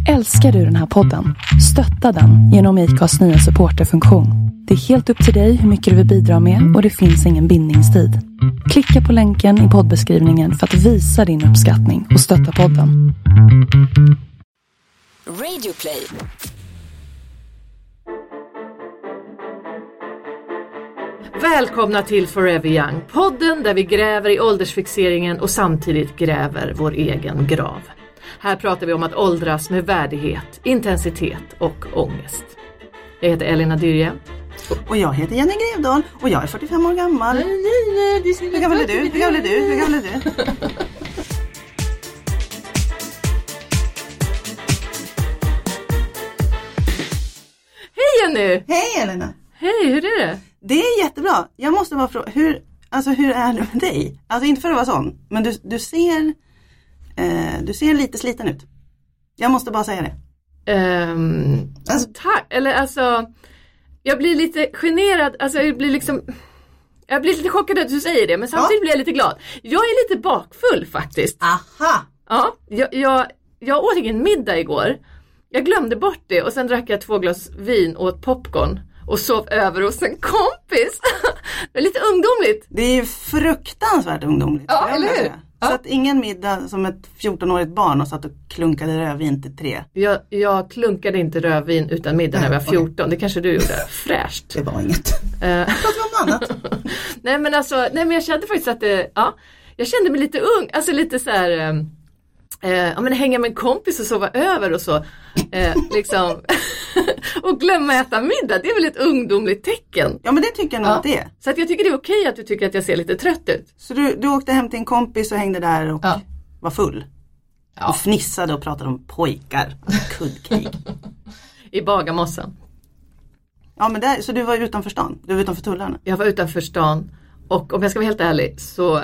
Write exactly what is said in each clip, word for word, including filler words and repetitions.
Älskar du den här podden? Stötta den genom I C A:s nya supporterfunktion. Det är helt upp till dig hur mycket du vill bidra med och det finns ingen bindningstid. Klicka på länken i poddbeskrivningen för att visa din uppskattning och stötta podden. Radio Play. Välkomna till Forever Young, podden där vi gräver i åldersfixeringen och samtidigt gräver vår egen grav. Här pratar vi om att åldras med värdighet, intensitet och ångest. Jag heter Elina Dyrje. Och jag heter Jenny Grevdahl och jag är fyrtiofem år gammal. Nej, nej, nej, det är Hur gammal är du? Hur gammal är du? Hur gammal är du? Hej Jenny! Hej Elina! Hej, hur är det? Det är jättebra. Jag måste bara fråga, hur, alltså, hur är det med dig? Alltså inte för att vara sån, men du, du, ser, eh, du ser lite sliten ut. Jag måste bara säga det. Um, alltså, tack, eller alltså, jag blir lite generad, alltså jag blir liksom, jag blir lite chockad att du säger det, men samtidigt ja. blir jag lite glad. Jag är lite bakfull faktiskt. Aha! Ja, jag, jag, jag åt ingen middag igår. Jag glömde bort det och sen drack jag två glas vin och åt popcorn. Och sov över hos en kompis. Det är lite ungdomligt. Det är ju fruktansvärt ungdomligt. Ja, eller hur? Så Ja. att ingen middag som ett fjortonårigt barn och satt och klunkade rödvin till tre. Jag, jag klunkade inte rövin utan middag när jag var fjorton. Det kanske du gjorde. Fräscht. Det var inget. Uh. Prata om annat. nej men alltså, nej men jag kände faktiskt att det, ja. Jag kände mig lite ung. Alltså lite så här... Um, Eh, ja, men hänga med en kompis och sova över och så eh, liksom och glömma äta middag, det är väl ett ungdomligt tecken. Ja men det tycker jag nog ja. att det är. Så att jag tycker det är okej att du tycker att jag ser lite trött ut. Så du, du åkte hem till en kompis och hängde där och ja. var full? Ja. Och fnissade och pratade om pojkar och kuddkrig. I Bagarmossen. Ja men där, så du var utanför stan? Du var utanför tullarna? Jag var utanför stan och om jag ska vara helt ärlig så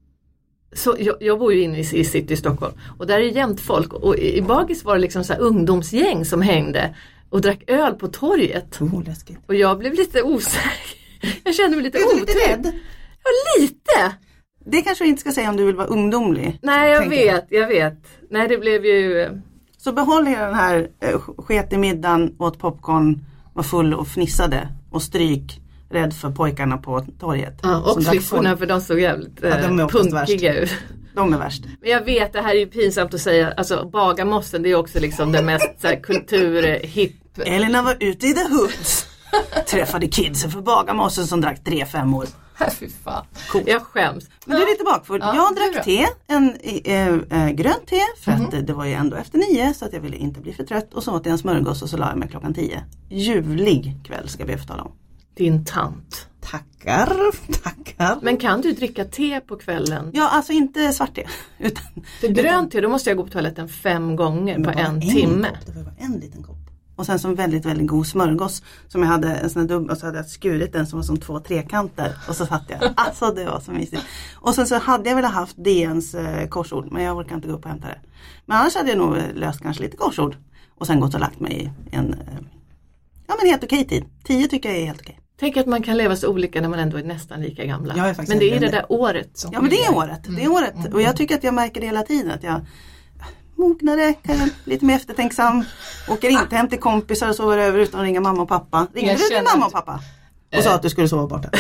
Så jag, jag bor ju inne i, i city i Stockholm och där är det jämt folk och i, i Bagis var det liksom så här ungdomsgäng som hängde och drack öl på torget. Oh, läskigt. Och jag blev lite osäker. Jag kände mig lite otrygg. Lite rädd? Ja, lite. Det kanske du inte ska säga om du vill vara ungdomlig. Nej, jag vet, jag. jag vet. Nej, det blev ju... Så behåll hela den här eh, sket i middagen, åt popcorn, var full och fnissade och stryk. Rädd för pojkarna på torget. Ja, och flickorna för de såg jävligt eh, ja, punkiga ut. De är värst. Men jag vet, det här är ju pinsamt att säga. Alltså Bagarmossen, det är också liksom det mest så här, kultur, hip. Elina var ute i the hoods. Träffade kidsen för Bagarmossen som drack tre femmor. Fy fan. Cool. Jag skäms. Men du är lite bakfull. Ja, jag drack te, en äh, äh, grönt te. För mm-hmm. att det var ju ändå efter nio så att jag ville inte bli för trött. Och så åt jag en smörgås och så la jag mig klockan tio. Ljuvlig kväll ska vi få tala om. Din tant. Tackar, tackar. Men kan du dricka te på kvällen? Ja, alltså inte svart te. Utan, för grönt te, då måste jag gå på toaletten fem gånger på en, en timme. Kopp, det var bara en liten kopp. Och sen som väldigt, väldigt god smörgås. Som jag hade en sån här dubbel och så hade jag skurit den som var som två trekanter. Och så satt jag. Alltså det var så mysigt. Och sen så hade jag väl haft D N:s eh, korsord. Men jag orkar inte gå upp och hämta det. Men annars hade jag nog löst kanske lite korsord. Och sen gått och lagt mig i en, eh, ja men helt okej tid. Tio tycker jag är helt okej. Tänk att man kan leva så olika när man ändå är nästan lika gamla. Men det är det där året. Som ja men det är året. Det är året. Mm. Och jag tycker att jag märker det hela tiden. Att jag mognare, lite mer eftertänksam. Åker inte hem till kompisar och sover över utan att ringa mamma och pappa. Ringde du till mamma och pappa? Och sa att du skulle sova borta.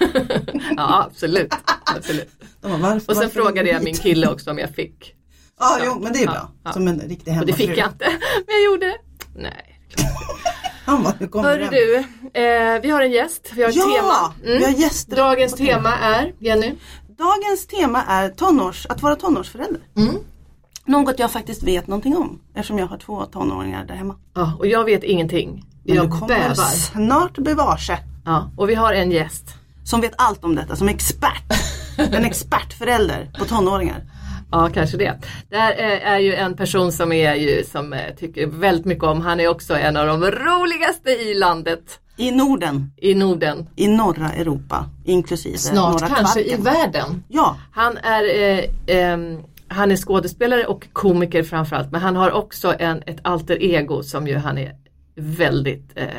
Ja absolut. absolut. Bara, varför, och sen frågade jag min kille också om jag fick. Ja jo men det är bra. Ja, Som en riktig hemmafru. Och det fick jag inte. Men jag gjorde. Nej. Han var, nu kommer Hörru du, eh, vi har en gäst, vi har ett ja, tema. Mm. Vi har gäster. Dagens tema är, Jenny? Dagens tema är tonårs, att vara tonårsförälder. Mm. Något jag faktiskt vet någonting om, eftersom jag har två tonåringar där hemma. Ja, och jag vet ingenting. Men jag kommer bävar. Snart bevarse. Ja, och vi har en gäst. Som vet allt om detta, som expert. En expertförälder på tonåringar. Ja, kanske det. Det här är ju en person som är ju som tycker väldigt mycket om. Han är också en av de roligaste i landet. I Norden. I Norden. I norra Europa, inklusive snart norra kanske kvarken. I världen. Ja. Han är, eh, eh, han är skådespelare och komiker framförallt. Men han har också en, ett alter ego som ju han är väldigt eh,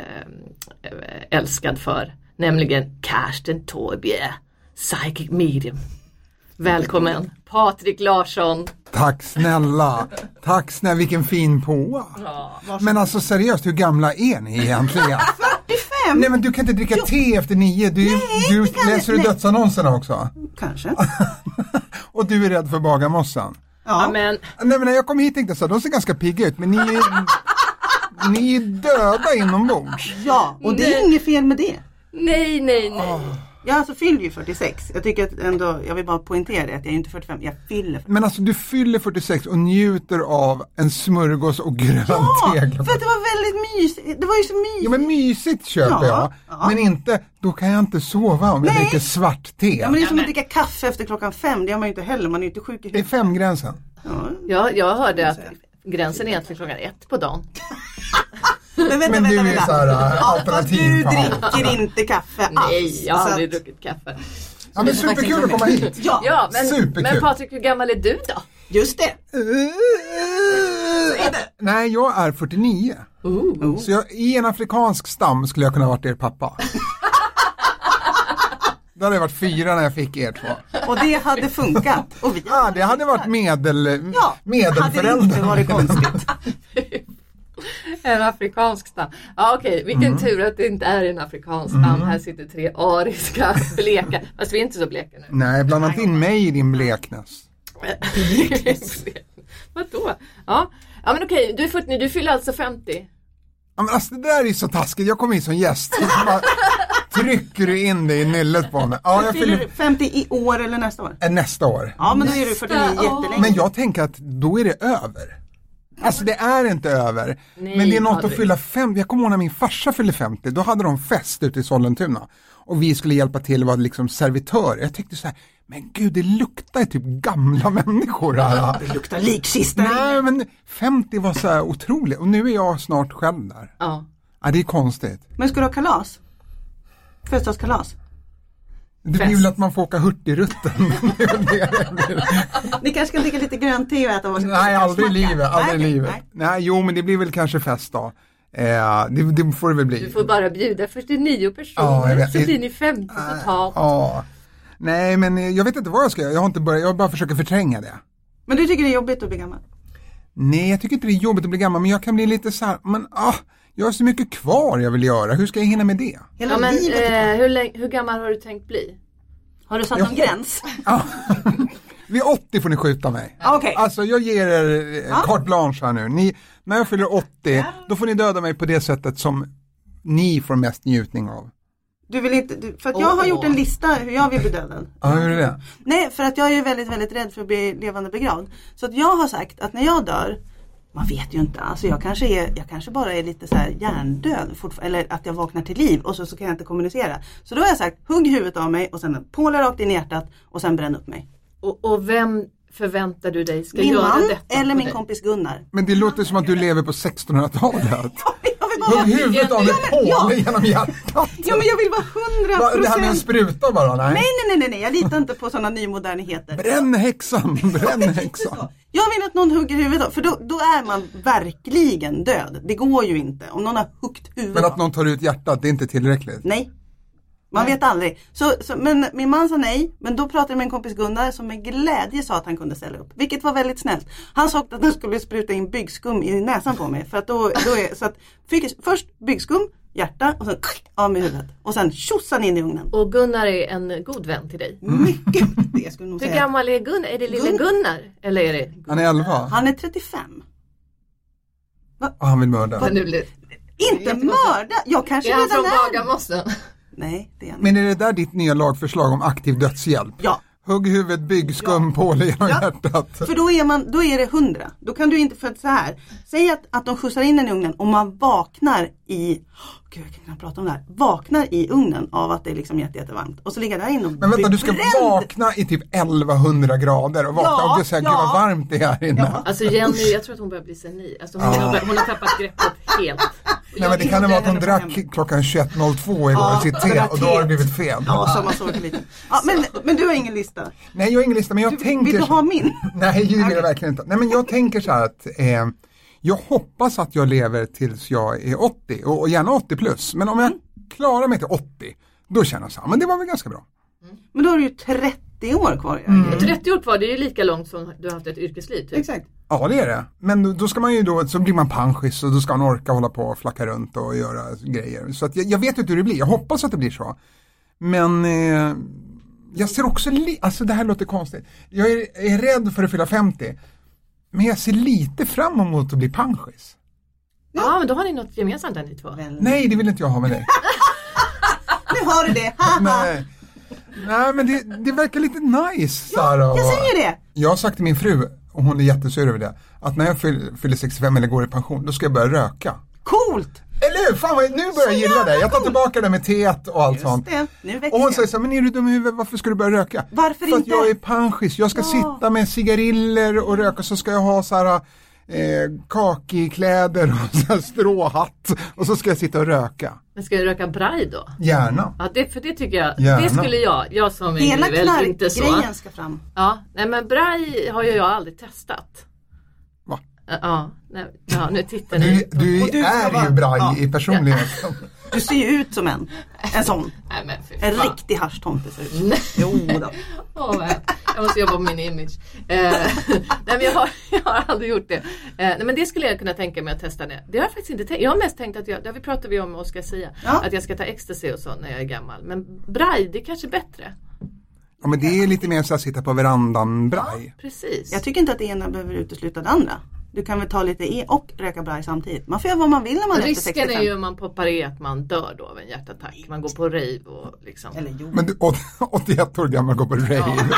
älskad för. Nämligen Karsten Torbje, psychic medium. Välkommen, Patrik Larsson. Tack snälla. Tack snälla, vilken fin påa. Ja. Men alltså seriöst, hur gamla är ni egentligen? fyrtiofem! Nej, men du kan inte dricka Jo. te efter nio. Du, Nej, du det kan läser jag- du nej. dödsannonserna också? Kanske. Och du är rädd för bagarmossan? Ja, Ja. men Nej, men när jag kom hit tänkte jag så här, de ser ganska pigga ut, men ni är, ni är döda inombords. Ja, och det är Nej. inget fel med det. nej, nej, nej. Jag alltså fyller ju fyrtiosex. Jag tycker att ändå, jag vill bara poängtera det, att jag är inte fyrtiofem, jag fyller fyrtiofem. Men alltså du fyller fyrtiosex och njuter av en smörgås och grönt Ja, te. för att det var väldigt mysigt. Det var ju så mysigt. Ja, men mysigt köper Ja, jag. ja. Men inte, då kan jag inte sova om jag Nej. dricker svart te. Ja, men det är som Ja, att dricka kaffe efter klockan fem. Det gör man ju inte heller, man är ju inte sjuk i Det är huvudet. femgränsen. Ja. Ja, jag hörde att gränsen är egentligen klockan ett på dagen. Men vänta, Men du vänta, är vänta. så här, äh, Ja, fast alternativ du fan. dricker inte kaffe alls. Nej, jag har Så aldrig att- druckit kaffe. Ja, men superkul att komma hit. Ja, Ja, men, Superkul. men Patrik, hur gammal är du då? just det. Nej, jag är fyrtionio. Ooh. Så jag, i en afrikansk stam skulle jag kunna ha varit er pappa. Då hade jag varit fyra när jag fick er två. Och det hade funkat. Och vi Ja, det hade varit medel, Ja, hade det inte medelföräldrar. varit konstigt. En afrikansk stam. Ja, okej, vilken Mm. tur att det inte är en afrikansk stam. Här sitter tre ariska bleka. Fast vi är inte så bleka nu. Nej, blanda inte in mig i din blekness. Vadå? Ja. Ja, men okej, du är fyrtionio, du fyller alltså femtio. Ja, men alltså det där är så taskigt. Jag kom in som gäst. Så bara trycker du in det i nyllet på mig. Ja, jag Fyller fyller du femtio i år eller nästa år? äh, nästa år. Ja, men då är du fyrtionio Nästa år. jättelänge. Men jag tänker att då är det över. Alltså det är inte över. Nej, men det är något Patrik. att fylla femtio. Jag kommer ihåg när min farsa fyllde femtio. Då hade de fest ute i Sollentuna. Och vi skulle hjälpa till att vara liksom servitör. Jag tyckte så här, men gud det luktar typ gamla människor här. Det luktar likkista. Nej men femtio var så här otroligt. Och nu är jag snart själv där. Ja. Ja, det är konstigt. Men ska du ha kalas? Födelsedagskalas? Det blir väl att man får åka Hurtigrutten. Det är väl det det blir. Ni kanske ska dricka lite grönt te och äta varsin Nej, aldrig i smacka. livet. Aldrig i Nej, livet. nej. Nej, jo men det blir väl kanske fest då. Eh, det, det får det väl bli. Du får bara bjuda fyrtionio personer, Ja, jag vet. så blir ni femtio totalt. Ja. Nej, men eh, jag vet inte vad jag ska göra. Jag har inte börjat, jag bara försöker förtränga det. Men du tycker det är jobbigt att bli gammal? Nej, jag tycker inte det är jobbigt att bli gammal, men jag kan bli lite så här, men ah, jag har så mycket kvar jag vill göra. Hur ska jag hinna med det? Hela Ja, men livet är eh, hur, länge, hur gammal har du tänkt bli? Har du satt jag någon hop- gräns? Ja. Vid åttio får ni skjuta mig. Ah, okej. Alltså jag ger er eh, Ja. carte blanche här nu. Ni, när jag fyller åttio, då får ni döda mig på det sättet som ni får mest njutning av. Du vill inte, du, för att jag har Åh. gjort en lista hur jag vill bli dödad. Ja, hur är det? Nej, för att jag är väldigt, väldigt rädd för att bli levande begravd. Så att jag har sagt att när jag dör, man vet ju inte, alltså jag kanske, är, jag kanske bara är lite så här hjärndöd fortfar- eller att jag vaknar till liv och så, så kan jag inte kommunicera. Så då har jag sagt, hugg huvudet av mig och sen påla rakt in i hjärtat och sen bränn upp mig. Och, och vem förväntar du dig ska Min göra man detta eller på min dig? kompis Gunnar. Men det låter som att du lever på sextonhundratalet. Jag vill Hugg bara, huvudet av ett ja. hål genom hjärtat. ja, men jag vill vara hundra Va, det här med en procent. spruta bara, nej. Nej, nej, nej, nej, nej, jag litar inte på sådana nymodernheter. Bränn häxan, bränn Inte häxan. så. Jag vill att någon hugger huvudet av, för då, då är man verkligen död. Det går ju inte om någon har huggt huvudet Men att av. någon tar ut hjärtat, det är inte tillräckligt. Nej, man vet aldrig. Så, så, men min man sa nej, men då pratade jag med en kompis Gunnar som med glädje sa att han kunde ställa upp. Vilket var väldigt snällt. Han sa att han skulle spruta in byggskum i näsan på mig. För att då, då är, så att, fick, först byggskum, hjärta och sen av med huvudet. Och sen tjossan in i ugnen. Och Gunnar är en god vän till dig. Mycket det skulle jag nog Hur säga. gammal är Gunnar? Är det lille Gun- Gunnar? Eller är det... Han är elva Han är trettiofem. och han vill mörda. Men nu blir... Inte mörda. Jag kanske Är han redan från är. Bagarmossen? Nej, det är han Men är det där ditt nya lagförslag om aktiv dödshjälp? Ja. Hugg huvudet, byggskum, ja. Påle genom Ja. hjärtat. För då är, man, då är det hundra. Då kan du inte, för att så här. Säg att, att de skjutsar in den i ugnen och man vaknar i, oh, gud jag kan knappt prata om det här. Vaknar i ugnen av att det är liksom jätte, jättevarmt. Och så ligger det här inne och Men vänta, du ska bränd. vakna i typ elvahundra grader och vakna Ja, och säga ja. gud vad varmt det är här inne. Ja. Alltså Jenny, jag tror att hon börjar bli senil. Alltså hon, Ja. har, hon har tappat greppet helt. Nej men det kan det vara att hon drack klockan tjugoett noll två igår Ja, sitt det te där och då har det teet. blivit fel. Ja, samma sak lite. Ja, men, men du har ingen lista. Nej jag har ingen lista men jag Du, tänker... vill du ha min? Nej det vill Okej. jag verkligen inte. Nej men jag tänker så här att eh, jag hoppas att jag lever tills jag är åttio och, och gärna åttio plus. Men om jag klarar mig till åttio då känner jag så här, men det var väl ganska bra. Mm. Men då har du ju trettio år kvar. Mm. trettio år kvar, det är ju lika långt som du har haft ett yrkesliv. Typ. Exakt. Ja, det är det. Men då, då ska man ju då, så blir man panschis och då ska man orka hålla på och flacka runt och göra grejer. Så att jag, jag vet inte hur det blir. Jag hoppas att det blir så. Men eh, jag ser också, li- alltså det här låter konstigt. Jag är, är rädd för att fylla femtio. Men jag ser lite fram emot att bli panschis. Ja, ja men då har ni något gemensamt där ni två. Väl. Nej, det vill inte jag ha med dig. Nu har du det. Nej. Nej, men det, det verkar lite nice, Sara. Jag säger det. Jag har sagt till min fru, och hon är jättesur över det, att när jag fyller, fyller sextiofem eller går i pension, då ska jag börja röka. Coolt. Eller hur? Fan, vad- nu börjar jag gilla det. Jag tar tillbaka det med teet och allt Just sånt. det. Nu växer Och hon jag. säger så här, men är du dum i huvudet? Varför ska du börja röka? Varför För inte? att jag är panschis. Jag ska Ja. sitta med cigariller och röka, så ska jag ha så här eh, kakikläder och så här stråhatt. Och så ska jag sitta och röka. Men ska jag röka braj då? Gärna. Ja, det, för det tycker jag, Gärna. det skulle jag, jag som är Hela väl inte så. knarkgrejen ska fram. Ja, nej men braj har ju jag aldrig testat. Va? Ja, nej, ja nu tittar ni. Du, du, Och du ska är vara- ju braj ja. i personligheten. Du ser ju ut som en. En sån. Nej men fy En fan. riktig haschtomte ser ut. Nej. Jo då. Åh, vad hemskt. Jag måste jobba på min image. Eh, nej men jag har, jag har aldrig gjort det. Eh, nej men det skulle jag kunna tänka mig att testa det. Det har jag faktiskt inte tänkt. Jag har mest tänkt att jag, det har vi pratat vi om och ska säga. Ja. Att jag ska ta ecstasy och så när jag är gammal. Men braj, det är kanske bättre. Ja, men det är lite mer så att sitta på verandan braj. Precis. Jag tycker inte att det ena behöver utesluta det andra. Du kan väl ta lite e och röka braj samtidigt. Man får göra vad man vill när man är efter Risken sextiofem. är ju om man poppar i att man dör då av en hjärtattack. Man går på rave och liksom. Eller jo. Men du, åttioett år gammal, går på rave.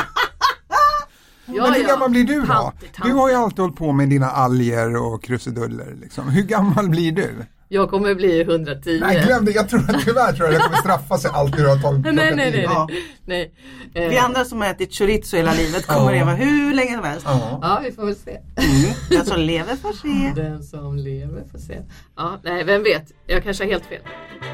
Ja, Men hur ja. gammal blir du då? Tanti, tanti. Du har ju alltid hållit på med dina alger och krusiduller. Liksom. Hur gammal blir du? Jag kommer bli hundratio. Nej, glöm det. Jag tror att tyvärr tror jag det kommer straffa sig allt du har tagit. Nej, nej, nej. nej. Ja. nej. Eh, Vi andra som har ätit chorizo hela livet kommer Ja. leva hur länge som helst. Ja. Ja, vi får väl se. Mm. Den som lever får se. Den som lever får se. Ja, nej, vem vet. Jag kanske har helt fel.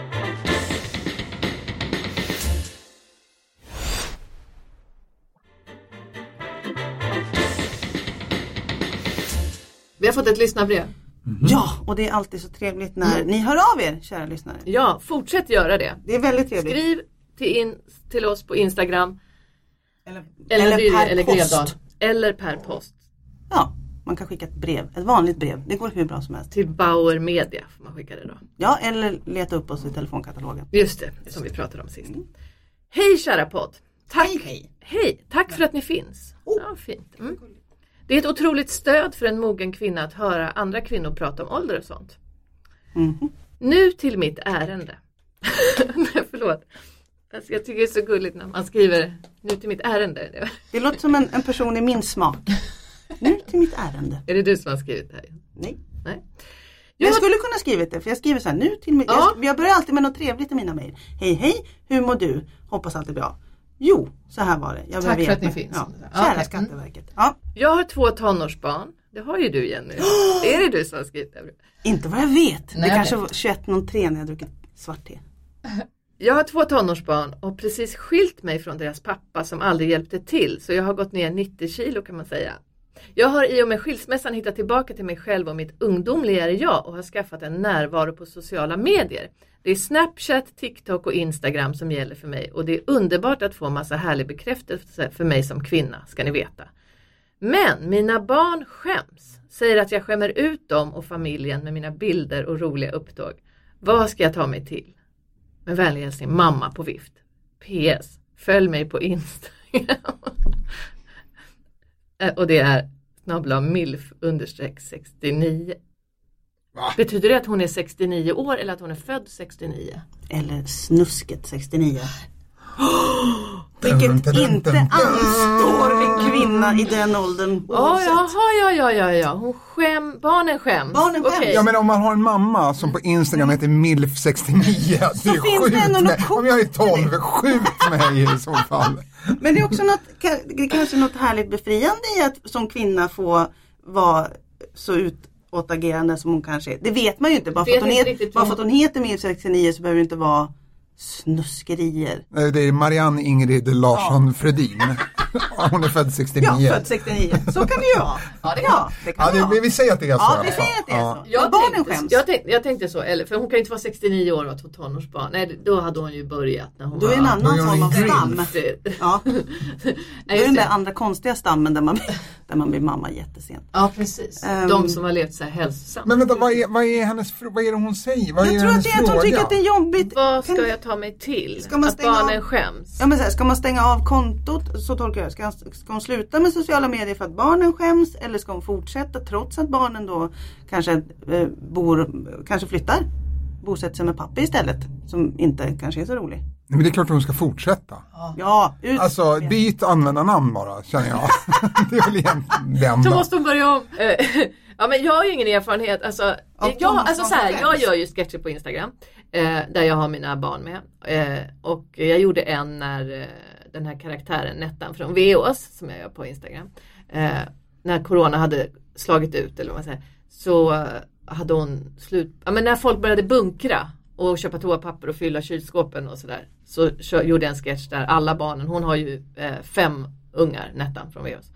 Vi har fått ett lyssnarbrev. Ja, och det är alltid så trevligt när ni hör av er, kära lyssnare. Ja, fortsätt göra det. Det är väldigt trevligt. Skriv till, in, till oss på Instagram. Eller, Eller, eller eller, per eller post. Grevdal. Eller per post. Ja, man kan skicka ett brev. Ett vanligt brev. Det går hur bra som helst. Till Bauer Media får man skicka det då. Ja, eller leta upp oss i telefonkatalogen. Just det, som vi pratade om sist. Hej kära podd. Tack. Hej, hej. Hej, tack för att ni finns. Oh. Ja, fint. Mm. Det är ett otroligt stöd för en mogen kvinna att höra andra kvinnor prata om ålder och sånt. Mhm. Nu till mitt ärende. Nej, förlåt. Alltså, jag tycker det är så gulligt när man skriver nu till mitt ärende. Det låter som en, en person i min smak. Nu till mitt ärende. Är det du som har skrivit det här? Nej. Nej. Men jag skulle kunna skrivit det, för jag skriver så här, nu till mitt... Ja. Jag, jag börjar alltid med något trevligt i mina mejl. Hej, hej, hur mår du? Hoppas allt är bra. Jo, så här var det. Jag Tack behöver för att hjälp ni med- finns. Ja. Ja, Kära okej. Skatteverket. Ja, Jag har två tonårsbarn. Det har ju du, Jenny. Är det du som har skrivit det? inte vad jag vet. Nej, det kanske nej. var tjugoett noll tre när jag druckit svart te. Jag har två tonårsbarn och precis skilt mig från deras pappa som aldrig hjälpte till. Så jag har gått ner nittio kilo kan man säga. Jag har i och med skilsmässan hittat tillbaka till mig själv och mitt ungdomligare jag och har skaffat en närvaro på sociala medier. Det är Snapchat, TikTok och Instagram som gäller för mig och det är underbart att få massa härlig bekräftelse för mig som kvinna, ska ni veta. Men mina barn skäms, säger att jag skämmer ut dem och familjen med mina bilder och roliga upptåg. Vad ska jag ta mig till? Med vänlig hälsning, mamma på vift. P S. Följ mig på Instagram. Och det är snabbla milf understreck sextionio. Va? Betyder det att hon är sextionio år eller att hon är född sextionio? Eller snusket sextionio. Dun, Vilket dun, dun, inte dun. anstår en kvinna i den åldern. Ja, oavsett. jaha, ja, ja, ja, ja. Hon skäm, barnen skäms. Barnen skäms. Okej. Ja, men om man har en mamma som på Instagram heter milf sextionio, det Så är finns det skjut ändå mig. något coolt Om jag är med tolv, skjut mig i så fall. Men det är också något, det är kanske något härligt befriande i att som kvinna få vara så utåtagerande som hon kanske är. Det vet man ju inte. Bara för Vet att hon, inte het, riktigt bara vad- för att hon heter milf sextionio så behöver det inte vara snuskerier. Nej, det är Marianne Ingrid Larsson Fredin. Hon är född sextionio. Ja, född sextionio. Så kan det ju vara. Ja, det kan, det kan ja, det, vi, vi säger att det är så. Ja, vi säger att det är ja. så. Jag barnen tänkte, skäms. jag, tänkte, jag tänkte så, eller, för hon kan ju inte vara sextionio år och vara tonårsbarn. Nej, då hade hon ju börjat. När hon då är en var, annan form av stam. Ja. Nej, det är den där andra konstiga stammen där man, där man blir mamma jättesent. Ja, precis. Um, De som har levt så här hälsosamt. Men vänta, vad är, vad är hennes, vad är det hon säger? Vad jag är tror att, det, att hon tycker att det är jobbigt. Vad ska jag ta mig till? Ska man att barnen av, skäms? Ja, men så här, ska man stänga av kontot, så tolkar jag. Ska, ska hon sluta med sociala medier för att barnen skäms? Eller ska hon fortsätta trots att barnen då kanske eh, bor, kanske flyttar? Bosätter sig med pappa istället, som inte kanske är så rolig. Nej, men det är klart att hon ska fortsätta. Ja, ut. Alltså, byt användarnamn bara, känner jag. Det är väl egentligen det enda. Så måste hon börja om. Ja, men jag har ju ingen erfarenhet. Alltså, jag, alltså så här, jag gör ju sketcher på Instagram. Eh, där jag har mina barn med. Eh, och jag gjorde en när eh, den här karaktären Nettan från Veås, som jag gör på Instagram. Eh, när corona hade slagit ut, eller vad man säger. Så eh, hade hon slut. Ja, men när folk började bunkra och köpa toapapper och fylla kylskåpen och sådär. Så kö- gjorde jag en sketch där alla barnen, hon har ju eh, fem ungar, Nettan från Veås.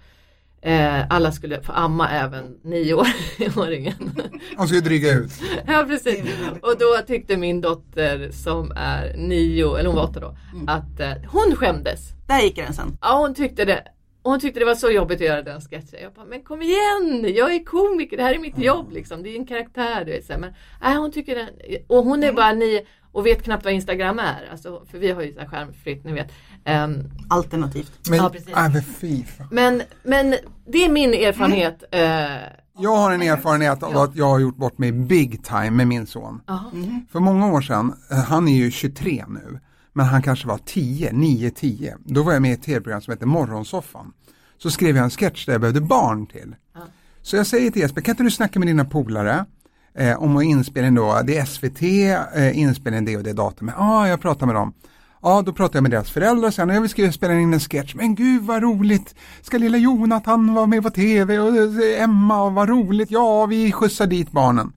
Eh, alla skulle få amma även nioåringen. Hon skulle dryga ut. Ja, precis. Och då tyckte min dotter som är nio, eller hon var åtta då, mm. att eh, hon skämdes. Där gick gränsen. Ja, hon tyckte det. Hon tyckte det var så jobbigt att göra den sketchen. Jag bara, men kom igen, jag är komiker, det här är mitt jobb liksom. Det är en karaktär, du vet. Så. Men nej, hon tycker den, och hon är mm. bara nio och vet knappt vad Instagram är. Alltså, för vi har ju så här skärmfritt, ni vet. Um, Alternativt. Men, ja, precis. Äh, men, fy fan. men, men det är min erfarenhet. Mm. Uh, jag har en erfarenhet av ja. att jag har gjort bort mig big time med min son. Mm. För många år sedan, han är ju tjugotre nu. Men han kanske var tio, nio, tio. Då var jag med i ett tv-program som heter Morgonsoffan. Så skrev jag en sketch där jag behövde barn till. Ja. Så jag säger till Jesper, kan inte du snacka med dina polare eh, om att inspelning då, det är S V T, eh, inspelning det och det datum. Ja, ah, jag pratar med dem. Ja, då pratar jag med deras föräldrar sen och jag vill skriva, spela in en sketch. Men gud vad roligt, ska lilla Jonathan vara med på tv och Emma, vad roligt. Ja, vi skjutsar dit barnen.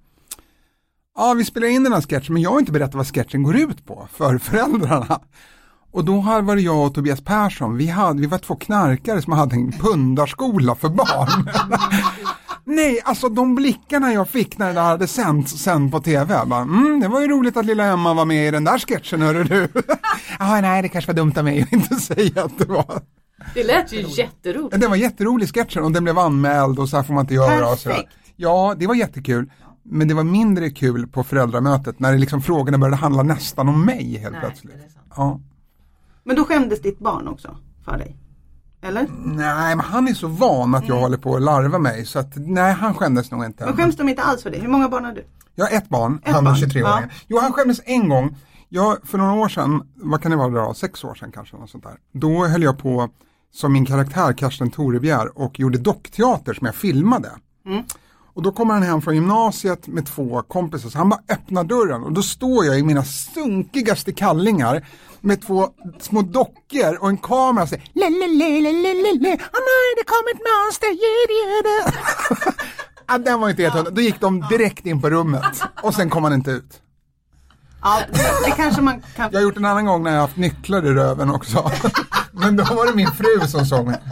Ja, vi spelar in den här sketchen, men jag har inte berättat vad sketchen går ut på för föräldrarna. Och då var det jag och Tobias Persson, vi, hade, vi var två knarkare som hade en pundarskola för barn. Nej, alltså de blickarna jag fick när det hade sänts sen på tv. Jag bara, mm, det var ju roligt att lilla Emma var med i den där sketchen, hörru du. Ja, nej, det kanske var dumt av mig att inte säga att det var. Det lät ju jätteroligt. Det var jätterolig sketchen och den blev anmäld och så här får man inte göra. Och så där. Ja, det var jättekul. Men det var mindre kul på föräldramötet när det liksom frågorna började handla nästan om mig helt nej, plötsligt. Ja. Men då skämdes ditt barn också för dig? Eller? Nej, men han är så van att jag mm. håller på att larva mig så att nej, han skämdes nog inte. Men skäms de inte alls för det? Hur många barn har du? Jag har ett barn, ett han barn. var tjugotre-åringen. Ja. Jo, han skämdes en gång. Jag, för några år sedan, vad kan det vara då? Sex år sedan kanske, något sånt där. Då höll jag på som min karaktär Karsten Torebjer och gjorde dockteater som jag filmade. Mm. Och då kommer han hem från gymnasiet med två kompisar. Så han bara öppnar dörren och då står jag i mina sunkigaste kallingar med två små dockor och en kamera och säger lelelelelelele, oh nej, det kom ett monster, ge det. Ja, den var inte helt hundra. Då gick de direkt in på rummet och sen kom han inte ut. Ja, det kanske man kan. Jag har gjort en annan gång när jag har haft nycklar i röven också. Men då var det min fru som såg mig.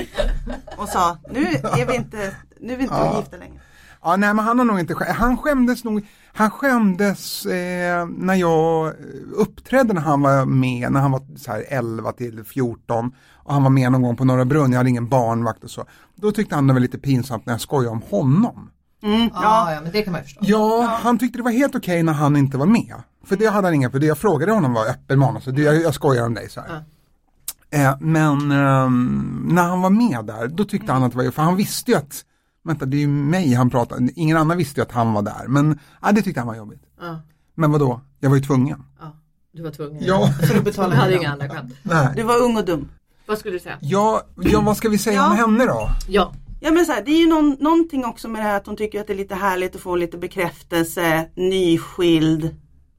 Och sa, nu är vi inte, nu är vi inte ja. gifta längre. Ja, nej, men han har nog inte skäm- han skämdes nog, han skämdes eh, när jag uppträdde när han var med, när han var så här elva till fjorton och han var med någon gång på Norra Brunn, jag hade ingen barnvakt och så. Då tyckte han det var lite pinsamt när jag skojade om honom. Mm, ja. Ah, ja, men det kan man förstå. Ja, ja, han tyckte det var helt okej när han inte var med. För det hade han inga, för det jag frågade honom var öppen man, så det, jag, jag skojar om dig så här. Ja. Eh, men eh, när han var med där, då tyckte mm. han att det var, för han visste ju att vänta, det är ju mig han pratade. Ingen annan visste ju att han var där. Men ja, det tyckte han var jobbigt. Ja. Men vadå? Jag var ju tvungen. Ja, du var tvungen. Ja. För du betalade hade inga andra skämt. Nej. Du var ung och dum. Vad skulle du säga? Ja, ja vad ska vi säga ja. om henne då? Ja. Ja, men så här, det är ju någon, någonting också med det här att hon tycker att det är lite härligt att få lite bekräftelse, nyskild.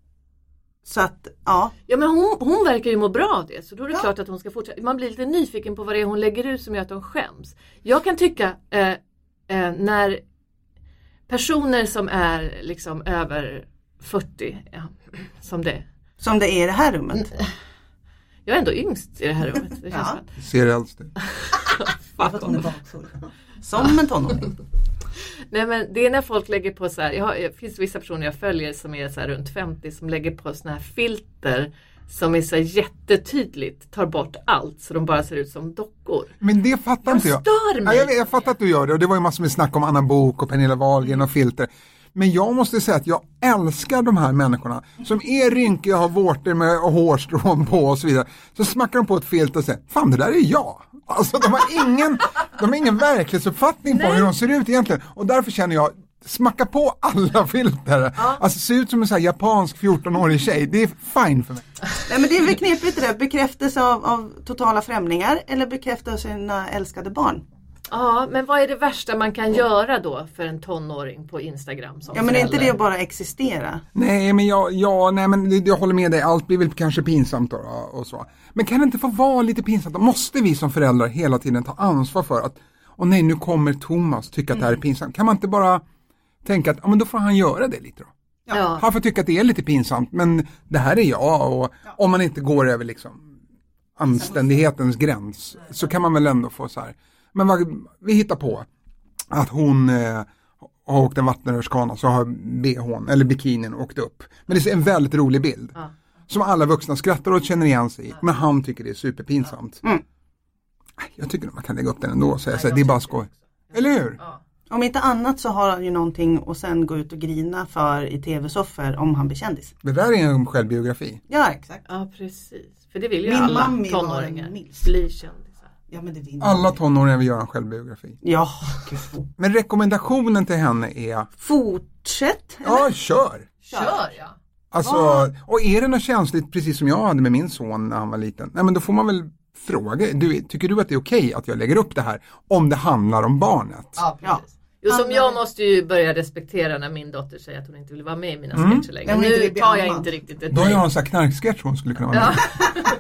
Så att, ja. Ja, men hon, hon verkar ju må bra av det. Så då är det ja. klart att hon ska fortsätta. Man blir lite nyfiken på vad det är hon lägger ut som gör att hon skäms. Jag kan tycka eh, eh, när personer som är liksom över fyrtio, ja, som det Som det är i det här rummet. Jag är ändå yngst i det här rummet. Det känns Ja. som Ser äldst ut. Jag har fått hon är bakfull. Som en tonåring. Nej, men det är när folk lägger på så här, jag har, det finns vissa personer jag följer som är så här runt femtio som lägger på såna här filter som är så här jättetydligt, tar bort allt så de bara ser ut som dockor. Men det fattar Jag inte jag. stör mig. Ja, jag, jag fattar att du gör det och det var ju massor med snack om Anna Bok och Pernilla Wahlgren och filter. Men jag måste säga att jag älskar de här människorna som är rynkiga, har vårtor med hårstrån på och så vidare. Så smackar de på ett filter och säger, fan det där är jag. Alltså de har ingen, de har ingen verklighetsuppfattning på Nej. hur de ser ut egentligen. Och därför känner jag, smacka på alla filter. Ja. Alltså se ut som en sån här japansk fjorton-årig tjej. Det är fine för mig. Nej, men det är väl knepigt det där. Bekräftelse av, av totala främlingar eller bekräftelse av sina älskade barn. Ja, men vad är det värsta man kan göra då för en tonåring på Instagram som Ja, men är inte förälder? det att bara existera? Nej, men jag, ja, nej, men jag håller med dig. Allt blir väl kanske pinsamt då, och så. Men kan det inte få vara lite pinsamt? Då måste vi som föräldrar hela tiden ta ansvar för att, och nej, nu kommer Thomas tycka att det här är pinsamt. Kan man inte bara tänka att, ja men då får han göra det lite då. Ja. Han får tycka att det är lite pinsamt, men det här är jag och om man inte går över liksom anständighetens gräns så kan man väl ändå få så här. Men vad, vi hittar på att hon eh, har åkt en vattenrörskana så har B H:n eller bikinin åkt upp. Men det är en väldigt rolig bild. Ja. Som alla vuxna skrattar och känner igen sig i. Men han tycker det är superpinsamt. Mm. Jag tycker att man kan lägga upp den ändå och säga så här, det är bara skoj. Eller hur? Ja. Om inte annat så har han ju någonting och sen gå ut och grina för i tv-soffer om han blir kändis. Det där är en självbiografi. Ja, exakt. Ja, precis. För det vill ju Min alla mammi var tonåringar. en milf. Bli kändisar. Ja, men det vill Alla tonåringar vill göra en självbiografi. Ja, Men rekommendationen till henne är, fortsätt. ja kör! Kör, ja. Alltså, och är det något känsligt precis som jag hade med min son när han var liten, nej men då får man väl fråga, du, tycker du att det är okej att jag lägger upp det här om det handlar om barnet? Ja, Ja. precis. Jo, som jag måste ju börja respektera när min dotter säger att hon inte vill vara med i mina Mm. sketcher längre. Ja, men inte Nu vill bli tar jag ammad. inte riktigt ett Då har nej. jag en sån här knarksketch hon skulle kunna vara med. Ja.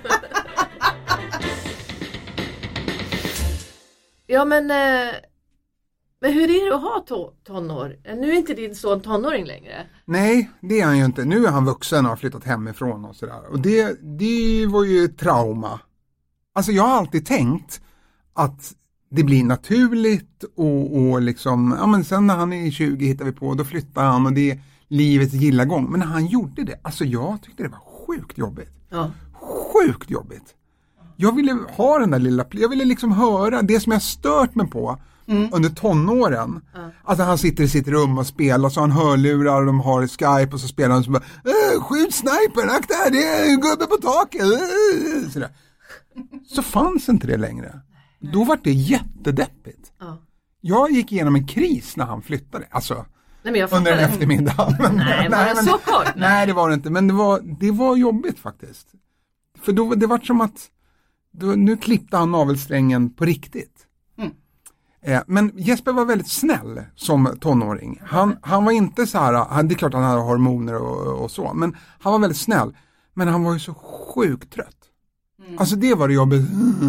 Ja, men, eh, men hur är det att ha to- tonår? Nu är inte din son tonåring längre. Nej, det är han ju inte. Nu är han vuxen och har flyttat hemifrån och sådär. Och det, det var ju ett trauma. Alltså jag har alltid tänkt att det blir naturligt och, och liksom, ja men sen när han är tjugo hittar vi på, då flyttar han och det är livets gilla gång. Men när han gjorde det, alltså jag tyckte det var sjukt jobbigt. Ja. Sjukt jobbigt. Jag ville ha den där lilla, jag ville liksom höra det som jag stört mig på mm. under tonåren. Ja. Alltså han sitter i sitt rum och spelar, så han hörlurar och de har Skype och så spelar han så bara, äh, skjut snipern, akta här, det är en gubbe på taket. Äh, sådär. Så fanns inte det längre. Då var det jättedeppigt. Ja. Jag gick igenom en kris när han flyttade. Alltså, Nej, men jag under en fattar det. eftermiddag. Nej, var det men, så kort? nej, det var det inte. Men det var, det var jobbigt faktiskt. För då, det var som att då, nu klippte han navelsträngen på riktigt. Mm. Eh, men Jesper var väldigt snäll som tonåring. Han, han var inte så här, han, det är klart han hade hormoner och, och så, men han var väldigt snäll. Men han var ju så sjukt trött. Mm. Alltså det var det jobbet.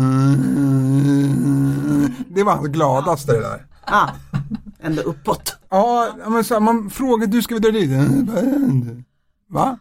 Det var hans gladaste det där. Ah, ändå uppåt. Ja, men så här, man frågar, du ska vi dra dit? Va?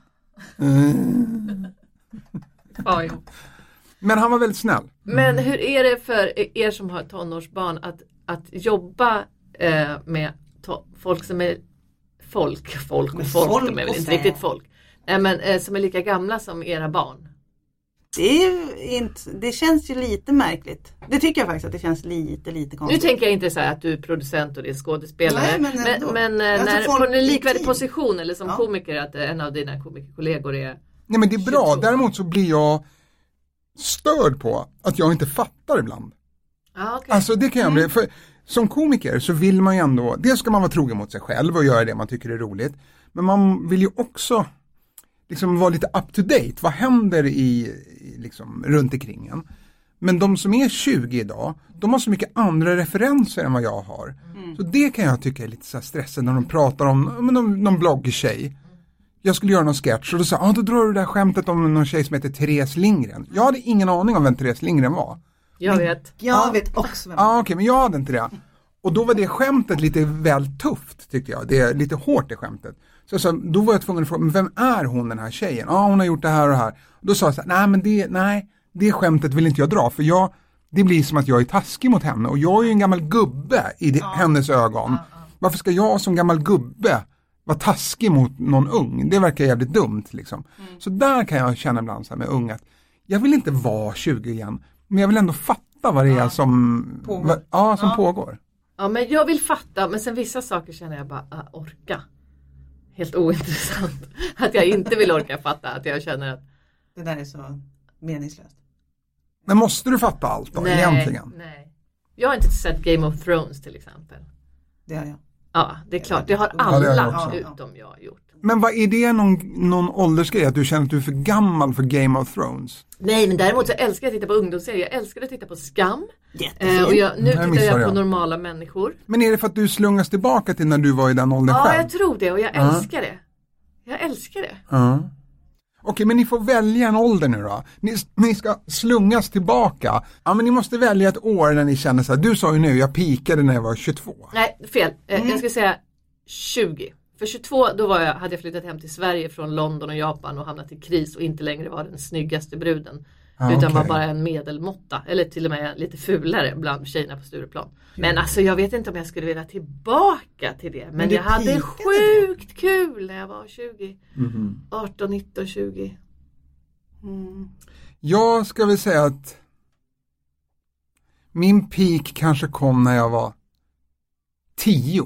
Ja, jo. Men han var väldigt snäll. Men hur är det för er som har tonårsbarn att, att jobba eh, med to- folk som är folk, folk och Men folk, folk de är väl och inte fä. riktigt folk. Nej, men eh, som är lika gamla som era barn. Det, är ju inte, det känns ju lite märkligt. Det tycker jag faktiskt att det känns lite, lite Nu konstigt. tänker jag inte säga att du är producent och det är skådespelare. Nej, men men ändå. men, eh, Alltså, när, folk på en i likvärdig team. position eller som Ja. komiker att eh, en av dina komikerkollegor är... Nej men det är bra, tjugotvå. däremot så blir jag störd på att jag inte fattar ibland. Ah, okay. Alltså det kan jag bli, för som komiker så vill man ju ändå, dels ska man vara trogen mot sig själv och göra det man tycker är roligt. Men man vill ju också liksom vara lite up to date. Vad händer i, i liksom runt omkring en? Men de som är tjugo idag, de har så mycket andra referenser än vad jag har. Mm. Så det kan jag tycka är lite så här stressigt när de pratar om men någon, någon bloggtjej. Jag skulle göra någon sketch och då sa ah, då drar du det där skämtet om någon tjej som heter Therese Lindgren. Jag hade ingen aning om vem Therese Lindgren var. Jag vet. Jag vet också vem. Ja ah, okej, okay, men jag hade inte det. Och då var det skämtet lite väl tufft tyckte jag. Det är lite hårt det skämtet. Så, så då var jag tvungen att fråga, men vem är hon den här tjejen? Ja ah, hon har gjort det här och det här. Och då sa jag så här, nej men det, nej, det skämtet vill inte jag dra, för jag, det blir som att jag är taskig mot henne. Och jag är ju en gammal gubbe i det, ja. hennes ögon. Ja, ja. Varför ska jag som gammal gubbe vara taskig mot någon ung? Det verkar jävligt dumt liksom. Mm. Så där kan jag känna ibland så här med unga, att jag vill inte vara tjugo igen, men jag vill ändå fatta vad det ja. är som pågår. Va, ja, som ja. pågår. Ja, men jag vill fatta, men sen vissa saker känner jag bara, uh, orka. Helt ointressant. Att jag inte vill orka fatta, att jag känner att det där är så meningslöst. Men måste du fatta allt då, nej, egentligen? Nej, jag har inte sett Game of Thrones till exempel. Det har jag. Ja, det är klart. Det har alla ja, det har utom jag gjort. Men vad är det någon, någon åldersgrej? Att du känner att du är för gammal för Game of Thrones? Nej, men däremot så älskar jag att titta på ungdomsserier. Jag älskar att titta på Skam. Eh, och jag, nu tittar jag på jag. normala människor. Men är det för att du slungas tillbaka till när du var i den åldern ja, själv? Ja, jag tror det. Och jag uh-huh. älskar det. Jag älskar det. Uh-huh. Okej, men ni får välja en ålder nu då. Ni, ni ska slungas tillbaka. Ja, men ni måste välja ett år när ni känner så här. Du sa ju nu, jag pikade när jag var tjugotvå. Nej, fel. Mm. Jag ska säga tjugo. För tjugotvå, då var jag, hade jag flyttat hem till Sverige från London och Japan och hamnat i kris och inte längre var den snyggaste bruden. Ah, utan okay. var bara en medelmåtta. Eller till och med lite fulare bland tjejerna på Stureplan. Men alltså jag vet inte om jag skulle vilja tillbaka till det. Men, men jag hade sjukt då? kul när jag var tjugo. Mm-hmm. arton, nitton, tjugo. Mm. Jag ska väl säga att min peak kanske kom när jag var tio.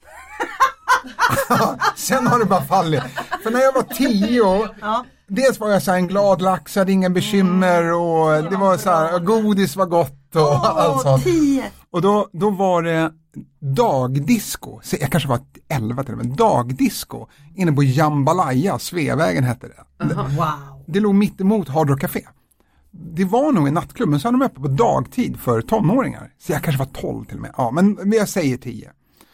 Sen har det bara fallit. För när jag var tio ja. dels var jag så här en glad lax, hade inga bekymmer och det var så här, godis var gott och oh, allt sånt. Och då, då var det dagdisco, så jag kanske var elva till och med, dagdisco inne på Jambalaya, Sveavägen hette det. Uh-huh. Wow. Det låg mitt emot Hard Rock Café. Det var nog en nattklubb, men så hade de öppet på dagtid för tonåringar. Så jag kanske var tolv till och med. Ja, men jag säger tio.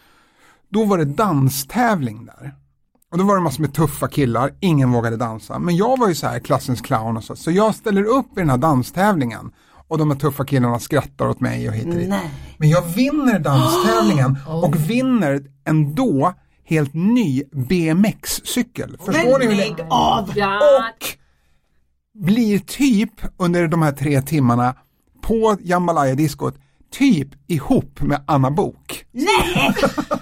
Då var det danstävling där. Och då var det massor med tuffa killar. Ingen vågade dansa. Men jag var ju så här klassens clown och så. Så jag ställer upp i den här danstävlingen. Och de här tuffa killarna skrattar åt mig och hit och dit. Men jag vinner danstävlingen. Oh. Och vinner ändå helt ny B M X-cykel. Förstår ni hur det av? Och blir typ under de här tre timmarna på Jambalaya-diskot typ ihop med Anna Bok. Nej!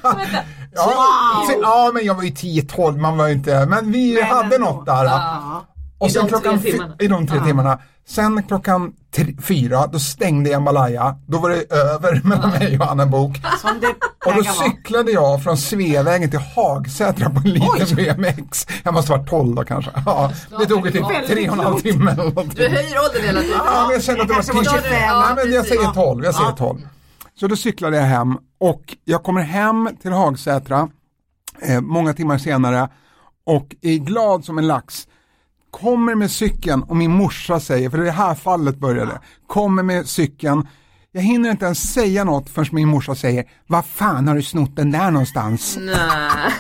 ja, wow. så, ja, men jag var ju tio tolv, man var ju inte, men vi men, hade men, något där. Ja. Och I sen de klockan tre f- i de tre ja. timmarna. Sen klockan tre, fyra, då stängde Jambalaya. Då var det över mellan mig och Anna Bok. Och då cyklade jag från Sveavägen till Hagsätra på en liten B M X. Jag måste vara tolv då kanske. Ja, det tog ju typ tre och en halv timme. Du höjer åldern hela tiden. Ja, men jag kände att det var tio. Nej, men jag säger tolv. Jag säger tolv. Så då cyklade jag hem. Och jag kommer hem till Hagsätra eh, många timmar senare. Och är glad som en lax. Kommer med cykeln och min morsa säger, för det här fallet började, kommer med cykeln, jag hinner inte ens säga något förrän min morsa säger, vad fan har du snott den där någonstans? Nej.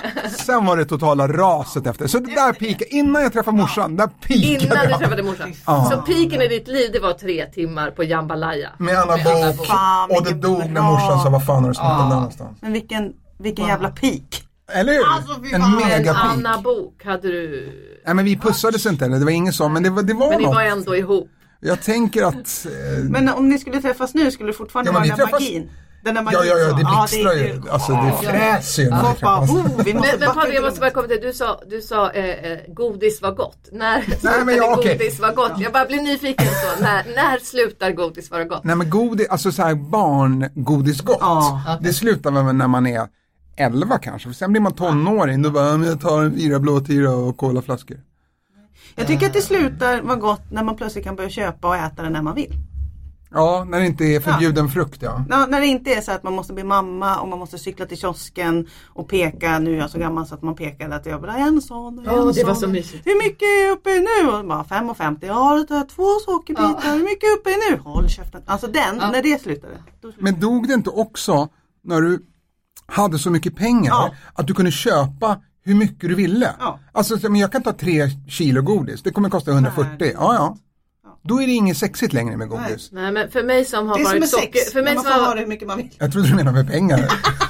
Sen var det totala raset efter, så det där pika innan jag träffade morsan, där pikade Innan jag. du träffade morsan. Ja. Så piken i ditt liv, det var tre timmar på Jambalaya. Med Anna Bok, och det dog när morsan sa, vad fan har du snott ja. den där någonstans? Men vilken, vilken jävla pik. Eller hur? Alltså, en mega pik. Anna Bok hade du... Nej, men vi pussades inte, det var ingen så, men det var, det var Men ni något. var ändå ihop. Jag tänker att... Eh... Men om ni skulle träffas nu, skulle det fortfarande ja, vara den träffas... magin? Den där magin ja, ja, ja, det blixtrar ja, ju. Det, alltså, det fräser ju. Ja. Bara, oh, vi måste men Pavel, jag måste bara komma till, du sa, du sa eh, eh, godis var gott. När Nej, men ja, okay. godis var gott? Jag bara blir nyfiken så. När, när slutar godis vara gott? Nej, men godis, alltså så här barngodis gott. Ja. Okay. Det slutar väl när man är elva kanske. För sen blir man tonåring. Då bara, jag tar en fyra blåtira och kolaflaskor. Jag tycker att det slutar vara gott när man plötsligt kan börja köpa och äta det när man vill. Ja, när det inte är förbjuden ja. frukt, ja. ja. När det inte är så att man måste bli mamma och man måste cykla till kiosken och peka, nu är jag så gammal så att man pekade att jag vill ha en sån och en oh, det sån. var så mysigt. Hur mycket är jag uppe i nu? Och bara fem femtio, ja det är två sockerbitar, ja. Hur mycket är uppe i nu? Håll käften. Alltså den, ja. när det slutade, slutade. Men dog det inte också när du hade så mycket pengar ja. att du kunde köpa hur mycket du ville? Ja. Alltså, men jag kan ta tre kilo godis, det kommer kosta hundrafyrtio. Nej. Ja, ja. Då är det inget sexigt längre med godis. Nej, Nej men för mig som har varit som socker... För mig man som får har... ha det hur mycket man vill. Jag trodde du menade med pengar.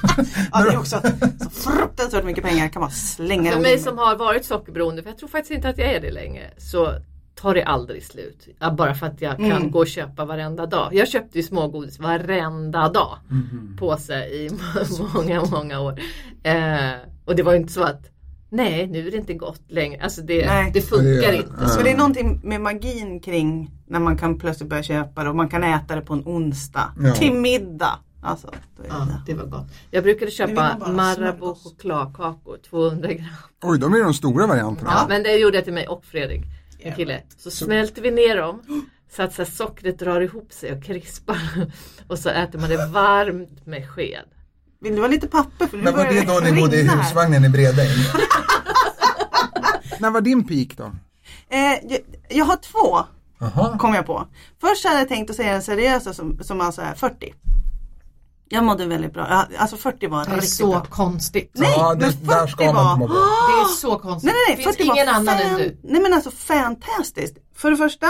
ja, det är också så fruktansvärt mycket pengar kan man slänga. För mig som har varit sockerberoende, för jag tror faktiskt inte att jag är det längre, så tar det aldrig slut. Ja, bara för att jag kan Mm. gå och köpa varenda dag. Jag köpte ju smågodis varenda dag Mhm. på sig i många, många år. Eh, och det var ju inte så att nej, nu är det inte gott längre. Alltså det, Nej. det funkar Det- inte. ja. Så det är någonting med magin kring när man kan plötsligt börja köpa det och man kan äta det på en onsdag Ja. till middag. Alltså, då är det Ja, det. det var gott. Jag brukade Nu vill köpa man bara Marabou smörgås. chokladkakor, tvåhundra gram. Oj, de är de stora varianterna. Ja, men det gjorde jag till mig och Fredrik, en kille. Så smälter vi ner dem så att så här, sockret drar ihop sig och krispar. Och så äter man det varmt med sked. Vill du ha lite papper? För nu Men var börjar det då ni bodde i rinna här. husvagnen i Bredäng? När var din peak då? Eh, jag, jag har två, Jaha. kom jag på. Först hade jag tänkt att säga den seriösa som, som alltså är fyrtio. Jag mådde väldigt bra. Ja, alltså fyrtio var Det är riktigt så bra. konstigt. Nej, Ja, men det, där ska fyrtio man var- inte må bra. Det är så konstigt. Nej, nej, det nej. finns fyrtio ingen var annan fan, än du. Nej men alltså fantastiskt. För det första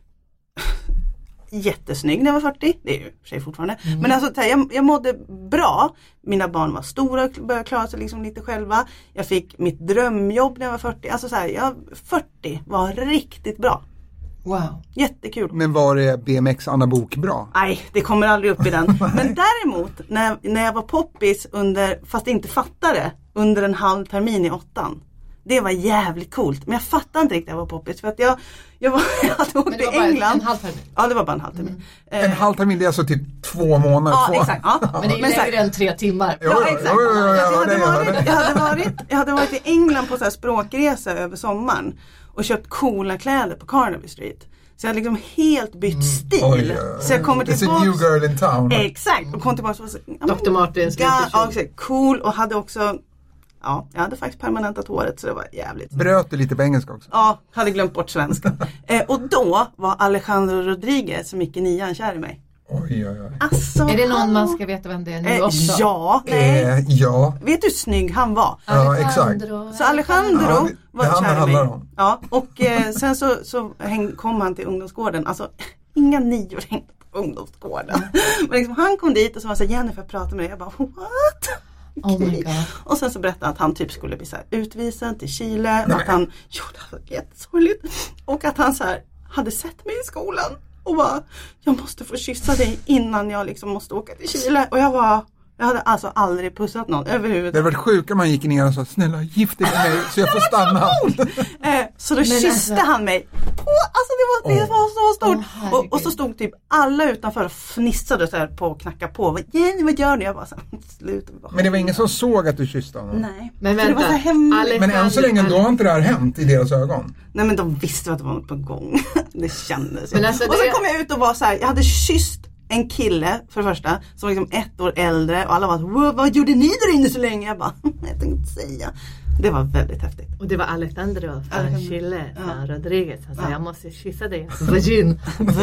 jättesnygg när jag var fyrtio. Det är ju för sig fortfarande. Mm. Men alltså jag, jag mådde bra. Mina barn var stora och började klara sig liksom lite själva. Jag fick mitt drömjobb när jag var fyrtio. Alltså så här, jag, fyrtio var riktigt bra. Wow. Jättekul. Men var det B M X Anna Bok bra? Nej, det kommer aldrig upp i den. Men däremot, när, när jag var poppis under, fast inte fattade, under en halv termin i åttan. Det var jävligt coolt. Men jag fattade inte riktigt att jag var poppis. För att jag, jag, var, jag hade åkt Men det till var bara England. en halv termin. Ja, det var bara en halv termin. En halv termin, det är alltså typ två månader. Ja, två... exakt. Ja. Men det är ju Men så här- längre än tre timmar. Jo, Ja, jo, exakt. jo, jo, jo, jag, ja, hade det gör varit, det. jag, hade varit, jag hade varit i England på så här språkresa över sommaren. Och köpt coola kläder på Carnaby Street. Så jag hade liksom helt bytt stil. Oj, ja. Så jag kommer It's a tillbaka. new girl in town. Exakt. Och kom tillbaka och så, ja, men, doktor Martins ga- vinterkjol. ja, exakt. Cool. Och hade också, ja, jag hade faktiskt permanentat håret. Så det var jävligt. Bröt du lite på engelska också? Ja, hade glömt bort svenska. eh, och då var Alejandro Rodriguez som gick i nian kär i mig. Oj, oj, oj. Alltså, Är det någon han- man ska veta vem det är nu Eh, också? ja, nej. Eh, ja, Vet du hur snygg han var? ja, exakt. Alejandro. Så Alejandro Ja, det- var det han kär i mig. handlar om. Ja, och eh, sen så, så häng, kom han till ungdomsgården. Alltså, inga nior hängde på ungdomsgården. Men liksom, han kom dit och så var så här, Jennifer pratade med dig. Jag bara, what? Oh my Okej. God. Och sen så berättade han att han typ skulle bli så här utvisad till Chile. Och att han, jo det var jättesorgligt. Och att han så här hade sett mig i skolan. Och bara, jag måste få kyssa dig innan jag liksom måste åka till Chile. Och jag var, jag hade alltså aldrig pussat någon Det hade överhuvudtaget. varit sjukt om man gick ner och sa snälla gift dig med mig så jag får stanna. Eh, så då kysste alltså- han mig på, alltså det var, det Åh. var så stort. Åh, herregud. och, och så stod typ alla utanför och fnissade så här på och knackade på. Vad, Jenny, vad gör ni? Jag bara så här, sluta. Bara, Men det var ingen som såg att du kysste honom? nej. Men För det var vänta, så hemligt. Ale- Men än så länge då har inte det här hänt i deras ögon. Nej men de visste att det var något på gång. Det kändes. Men alltså, och så det- kom jag ut och var så här, jag hade kysst en kille för det första som var liksom ett år äldre och alla var så, "Wow, vad gjorde ni där inne så länge?" Jag bara, jag tänkte inte säga. Det var väldigt häftigt. Och det var Alejandro från Alejandro. Chile, Ja. från Rodriguez. Han sa, Ja. jag måste kyssa dig. Vagin.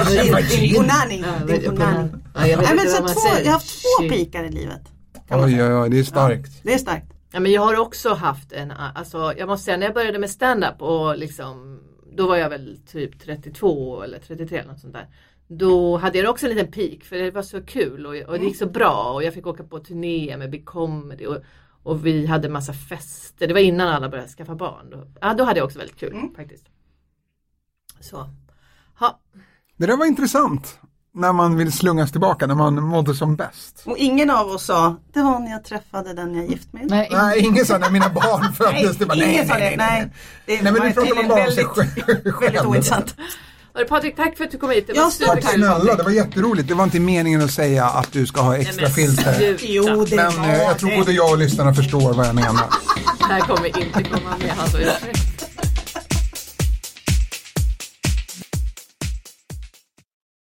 Din punani. Ja, Din punani. Ja, jag vet Nej, men inte så vad man två, säger. jag har haft två Shit. pikar i livet. kan man Oj, säga. oj, oj, det är starkt. Det är starkt. Ja, men jag har också haft en, alltså jag måste säga när jag började med stand-up och liksom, då var jag väl typ trettiotvå eller trettiotre eller något sånt där. Då hade jag också en liten peak för det var så kul och, och det gick så bra och jag fick åka på turné med Big Comedy och, och vi hade massa fester. Det var innan alla började skaffa barn. Då, ja, då hade jag också väldigt kul Mm. faktiskt. Så. Ha. Det där var intressant. När man vill slungas tillbaka, när man mådde som bäst. Och ingen av oss sa, det var när jag träffade den jag är gift med. Nej, Nej, ingen sa när mina barn föddes. Det var, nej, ingen sa nej, det. nej, Nej, nej. det Nej, men var nu pratar man tydligen bara om sig väldigt, själv. väldigt ointressant. och Patrik, tack för att du kom hit. Det var Ja, stort Tack tack. snälla, det var jätteroligt. Det var inte meningen att säga att du ska ha extra Nej, men filter. sluta. Jo, det Men var eh, jag tror det. både jag och lyssnarna förstår vad jag menar. Det här kommer inte komma med hans ursäkt.